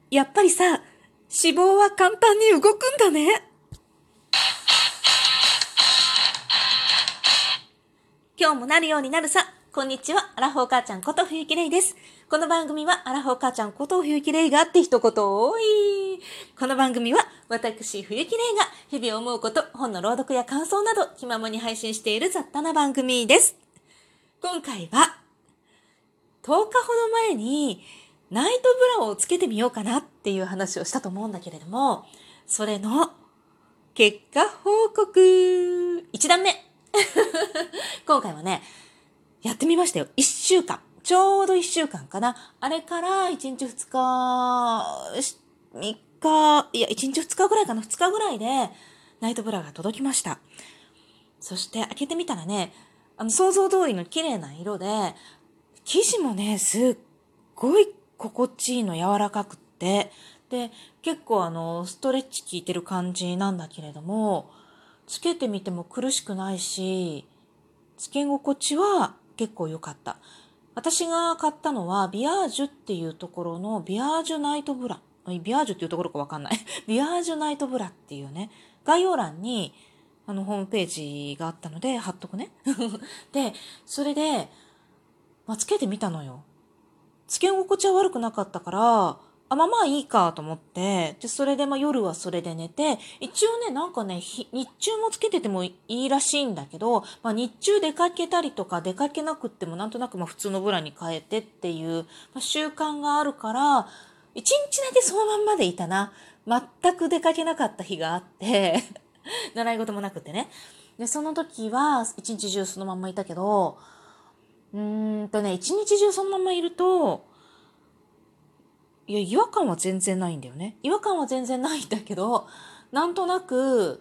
やっぱりさ、脂肪は簡単に動くんだね。今日もなるようになるさ。こんにちは、アラフォー母ちゃんこと冬木玲です。この番組はアラフォー母ちゃんこと冬木玲がって一言多い。この番組は私冬木玲が日々思うこと、本の朗読や感想など気ままに配信している雑多な番組です。今回は10日ほど前にナイトブラをつけてみようかなっていう話をしたと思うんだけれども、それの結果報告1段目今回はね、やってみましたよ。1週間。ちょうど1週間かな。あれから1日2日、3日、いや、1日2日ぐらいかな。2日ぐらいでナイトブラが届きました。そして開けてみたらね、想像通りの綺麗な色で、生地もね、すっごい心地いいの、柔らかくって。で、結構ストレッチ効いてる感じなんだけれども、つけてみても苦しくないし、つけ心地は結構良かった。私が買ったのはビアージュっていうところのビアージュナイトブラ。ビアージュっていうところかわかんない。ビアージュナイトブラっていうね、概要欄にホームページがあったので貼っとくね。で、それで、つけてみたのよ。つけ心地は悪くなかったから、まあいいかと思って、で、それで夜はそれで寝て、一応ね、なんかね、日中もつけててもいいらしいんだけど、日中出かけたりとか出かけなくってもなんとなく普通のブラに変えてっていう、習慣があるから、一日だけそのまんまでいたな。全く出かけなかった日があって、習い事もなくてね。で、その時は一日中そのまんまいたけど、一日中そのままいると、いや、違和感は全然ないんだよね。違和感は全然ないんだけど、なんとなく、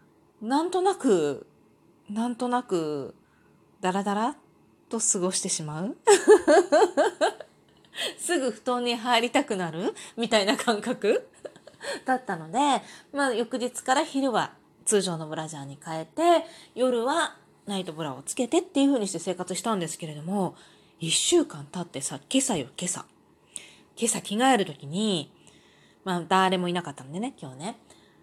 ダラダラと過ごしてしまうすぐ布団に入りたくなるみたいな感覚だったので、翌日から昼は通常のブラジャーに変えて、夜はナイトブラをつけてっていう風にして生活したんですけれども、1週間経ってさ、今朝着替えるときに、誰もいなかったんでね、今日ね。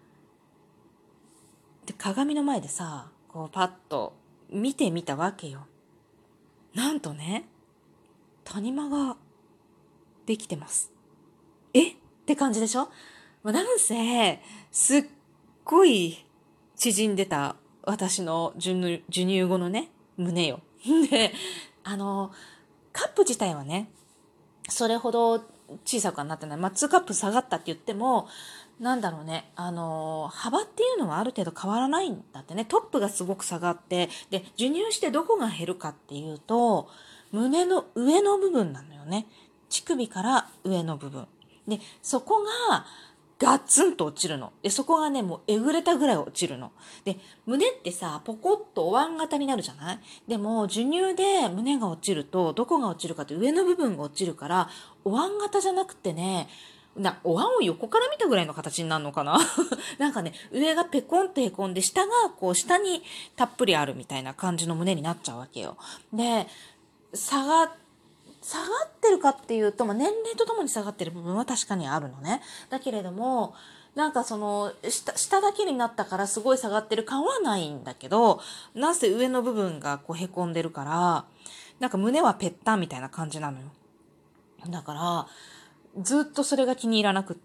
で、鏡の前でさ、こうパッと見てみたわけよ。なんとね、谷間ができてます。えって感じでしょ？なんせ、すっごい縮んでた私の授乳後のね、胸よ。で、カップ自体はね、それほど小さくはなってない。2カップ下がったって言っても、なんだろうね、幅っていうのはある程度変わらないんだってね。トップがすごく下がって、で、授乳してどこが減るかっていうと、胸の上の部分なのよね。乳首から上の部分。で、そこが、ガツンと落ちるの。で、そこがね、もうえぐれたぐらい落ちるの。で、胸ってさ、ポコッとお椀型になるじゃない？でも、授乳で胸が落ちると、どこが落ちるかって上の部分が落ちるから、お椀型じゃなくてね、お椀を横から見たぐらいの形になるのかななんかね、上がペコンってへこんで、下がこう、下にたっぷりあるみたいな感じの胸になっちゃうわけよ。で、下がってるかっていうと、年齢とともに下がってる部分は確かにあるのね。だけれども、なんか下だけになったからすごい下がってる感はないんだけど、なんせ上の部分がこうへこんでるから、なんか胸はぺったんみたいな感じなのよ。だから、ずっとそれが気に入らなくって、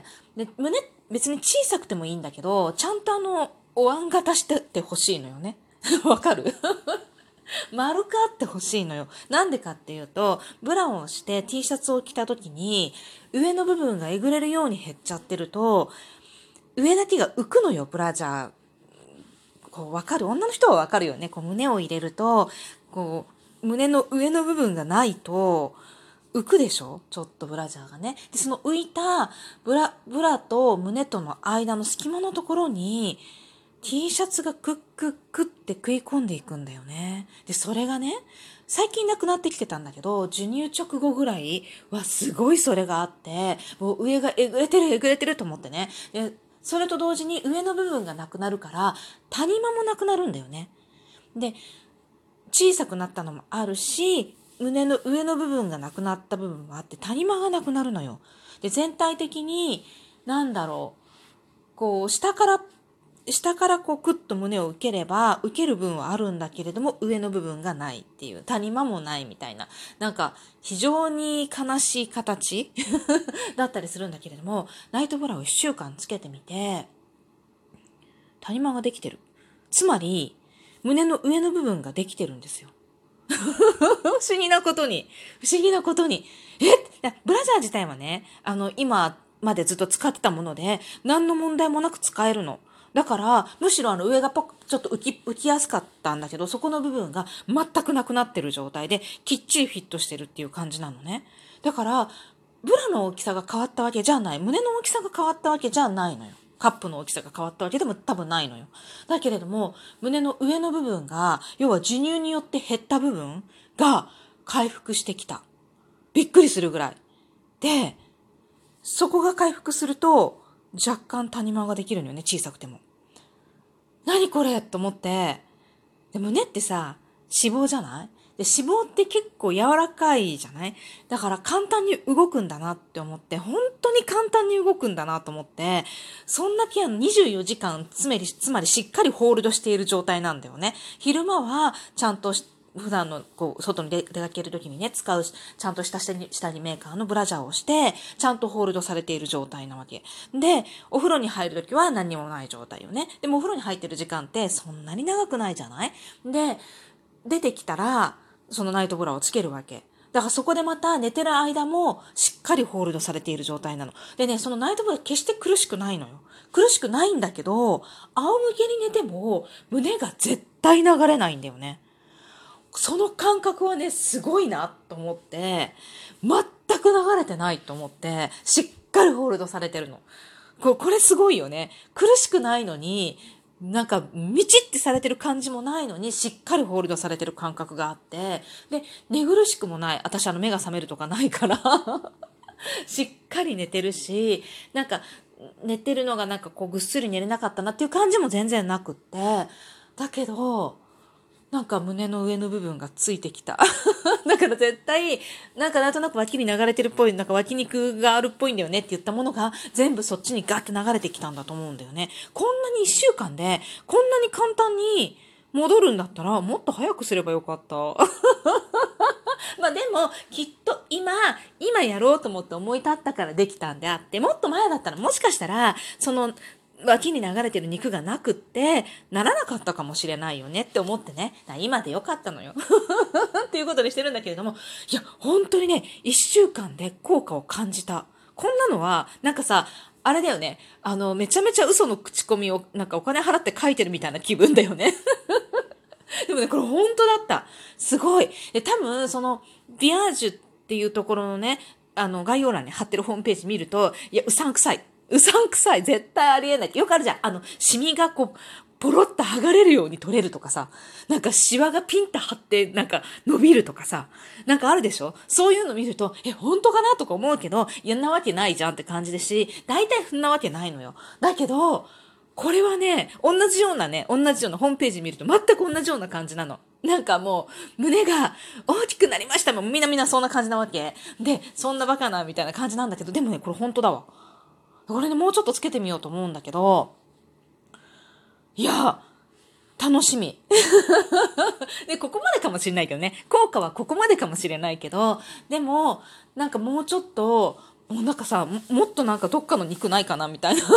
で、胸別に小さくてもいいんだけど、ちゃんとお椀型してってほしいのよね。わかる丸くあってほしいのよ。なんでかっていうと、ブラをして T シャツを着た時に、上の部分がえぐれるように減っちゃってると、上だけが浮くのよ、ブラジャー。こう、わかる？女の人はわかるよね。こう、胸を入れると、こう、胸の上の部分がないと、浮くでしょ？ちょっとブラジャーがね。で、その浮いたブラと胸との間の隙間のところに、T シャツがクックックって食い込んでいくんだよね。で、それがね、最近なくなってきてたんだけど、授乳直後ぐらいはすごいそれがあって、もう上がえぐれてるえぐれてると思ってね。で、それと同時に上の部分がなくなるから、谷間もなくなるんだよね。で、小さくなったのもあるし、胸の上の部分がなくなった部分もあって、谷間がなくなるのよ。 で、全体的に、こう、下からこうクッと胸を受ければ、受ける分はあるんだけれども、上の部分がないっていう、谷間もないみたいな、非常に悲しい形だったりするんだけれども、ナイトブラを1週間つけてみて、谷間ができてる。つまり、胸の上の部分ができてるんですよ。不思議なことに。ブラジャー自体はね、今までずっと使ってたもので、何の問題もなく使えるの。だから、むしろ上がちょっと浮きやすかったんだけど、そこの部分が全くなくなってる状態で、きっちりフィットしてるっていう感じなのね。だから、ブラの大きさが変わったわけじゃない。胸の大きさが変わったわけじゃないのよ。カップの大きさが変わったわけでも多分ないのよ。だけれども、胸の上の部分が、要は授乳によって減った部分が回復してきた。びっくりするぐらい。で、そこが回復すると、若干谷間ができるのよね、小さくても。何これと思って。で、胸ってさ、脂肪じゃない？で、脂肪って結構柔らかいじゃない？だから簡単に動くんだなって思って、本当に簡単に動くんだなと思って、そんだけ24時間、つまりしっかりホールドしている状態なんだよね。昼間はちゃんと普段の外に出かけるときにね、使う、ちゃんとした下着メーカーのブラジャーをして、ちゃんとホールドされている状態なわけ。で、お風呂に入るときは何にもない状態よね。でもお風呂に入ってる時間ってそんなに長くないじゃない？で、出てきたら、そのナイトブラをつけるわけ。だからそこでまた寝てる間もしっかりホールドされている状態なの。でね、そのナイトブラ決して苦しくないのよ。苦しくないんだけど、仰向けに寝ても胸が絶対流れないんだよね。その感覚はね、すごいなと思って、全く流れてないと思って、しっかりホールドされてるの。これすごいよね。苦しくないのに、みちってされてる感じもないのに、しっかりホールドされてる感覚があって、で、寝苦しくもない。私目が覚めるとかないからしっかり寝てるし、寝てるのがぐっすり寝れなかったなっていう感じも全然なくって、だけど、胸の上の部分がついてきた。だから絶対、なんとなく脇に流れてるっぽい、脇肉があるっぽいんだよねって言ったものが全部そっちにガッて流れてきたんだと思うんだよね。こんなに1週間で、こんなに簡単に戻るんだったら、もっと早くすればよかった。まあでも、きっと今やろうと思って思い立ったからできたんであって、もっと前だったらもしかしたら、脇に流れてる肉がなくって、ならなかったかもしれないよねって思ってね。今でよかったのよ。っていうことにしてるんだけれども、いや、本当にね、1週間で効果を感じた。こんなのは、あれだよね。めちゃめちゃ嘘の口コミを、お金払って書いてるみたいな気分だよね。でもね、これ本当だった。すごい。で、多分、ビアージュっていうところのね、概要欄に貼ってるホームページ見ると、いや、うさんくさい。絶対ありえない。よくあるじゃん。シミがポロッと剥がれるように取れるとかさ、シワがピンと張って、伸びるとかさ、あるでしょ？そういうの見ると、本当かなとか思うけど、いやんなわけないじゃんって感じですし、大体そんなわけないのよ。だけど、これはね、同じようなホームページ見ると全く同じような感じなの。もう、胸が大きくなりましたもん。みんなそんな感じなわけ。で、そんなバカなみたいな感じなんだけど、でもね、これ本当だわ。これね、もうちょっとつけてみようと思うんだけど、いや、楽しみ。で、ここまでかもしれないけどね。効果はここまでかもしれないけど、でも、もうちょっと、もっとどっかの肉ないかなみたいな。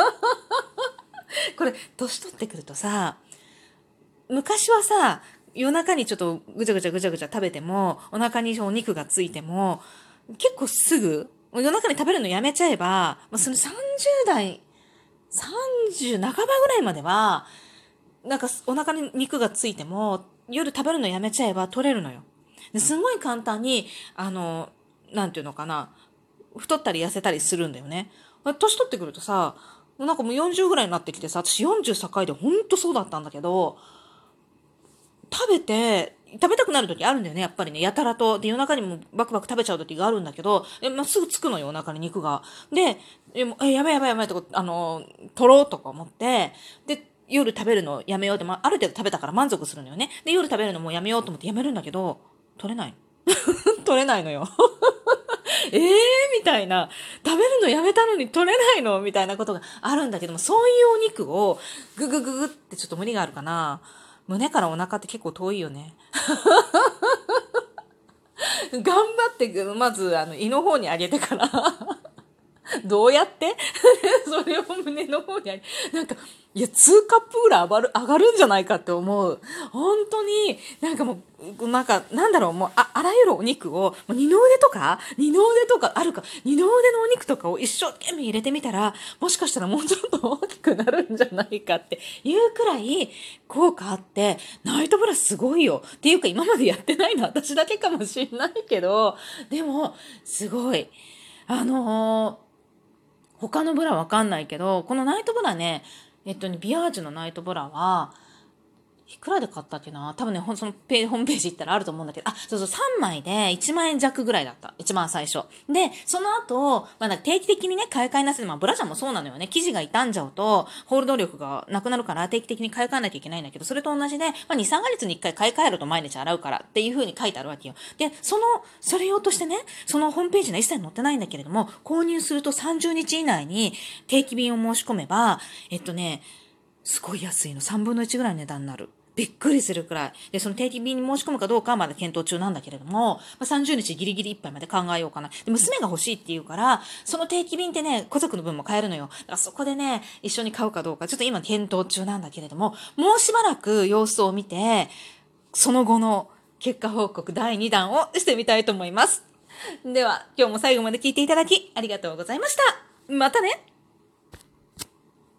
これ、年取ってくるとさ、昔はさ、夜中にちょっとぐちゃぐちゃ食べても、お腹にお肉がついても、結構すぐ、夜中に食べるのやめちゃえば、その30半ばぐらいまでは、お腹に肉がついても、夜食べるのやめちゃえば取れるのよ。すごい簡単に、なんていうのかな、太ったり痩せたりするんだよね。年取ってくるとさ、もう40ぐらいになってきてさ、私40境でほんとそうだったんだけど、食べたくなる時あるんだよね、やっぱりね、やたらと。で、夜中にもバクバク食べちゃう時があるんだけど、すぐつくのよ、お腹に肉が。で、やばいとか、取ろうとか思って、で、夜食べるのやめようって、ある程度食べたから満足するのよね。で、夜食べるのもやめようと思ってやめるんだけど、取れない。取れないのよ。 みたいな。食べるのやめたのに取れないのみたいなことがあるんだけども、そういうお肉をググググってちょっと無理があるかな。胸からお腹って結構遠いよね。頑張って、まず、胃の方に上げてからどうやってそれを胸の方になんか、いや、2カップぐらい上がるんじゃないかって思う。本当に、なんかもう、なんだろう、もう、あらゆるお肉を、もう二の腕とかあるか、二の腕のお肉とかを一生懸命入れてみたら、もしかしたらもうちょっと大きくなるんじゃないかっていうくらい効果あって、ナイトブラすごいよ。っていうか今までやってないの私だけかもしれないけど、でも、すごい。他のブラわかんないけど、このナイトブラね、ビアージュのナイトブラは、いくらで買ったっけな、多分ね、そのホームページ行ったらあると思うんだけど、そうそう、3枚で1万円弱ぐらいだった。一番最初。で、その後、定期的にね、買い替えなさい。ブラジャーもそうなのよね。生地が傷んじゃうと、ホールド力がなくなるから定期的に買い替えなきゃいけないんだけど、それと同じで、2、3ヶ月に1回買い替えると毎日洗うからっていう風に書いてあるわけよ。で、それ用としてね、そのホームページには一切載ってないんだけれども、購入すると30日以内に定期便を申し込めば、すごい安いの。3分の1ぐらいの値段になる。びっくりするくらい。で、その定期便に申し込むかどうかはまだ検討中なんだけれども、30日ギリギリいっぱいまで考えようかな。で、娘が欲しいって言うから、その定期便ってね、家族の分も買えるのよ。だからそこでね、一緒に買うかどうか、ちょっと今検討中なんだけれども、もうしばらく様子を見て、その後の結果報告第2弾をしてみたいと思います。では、今日も最後まで聞いていただき、ありがとうございました。またね。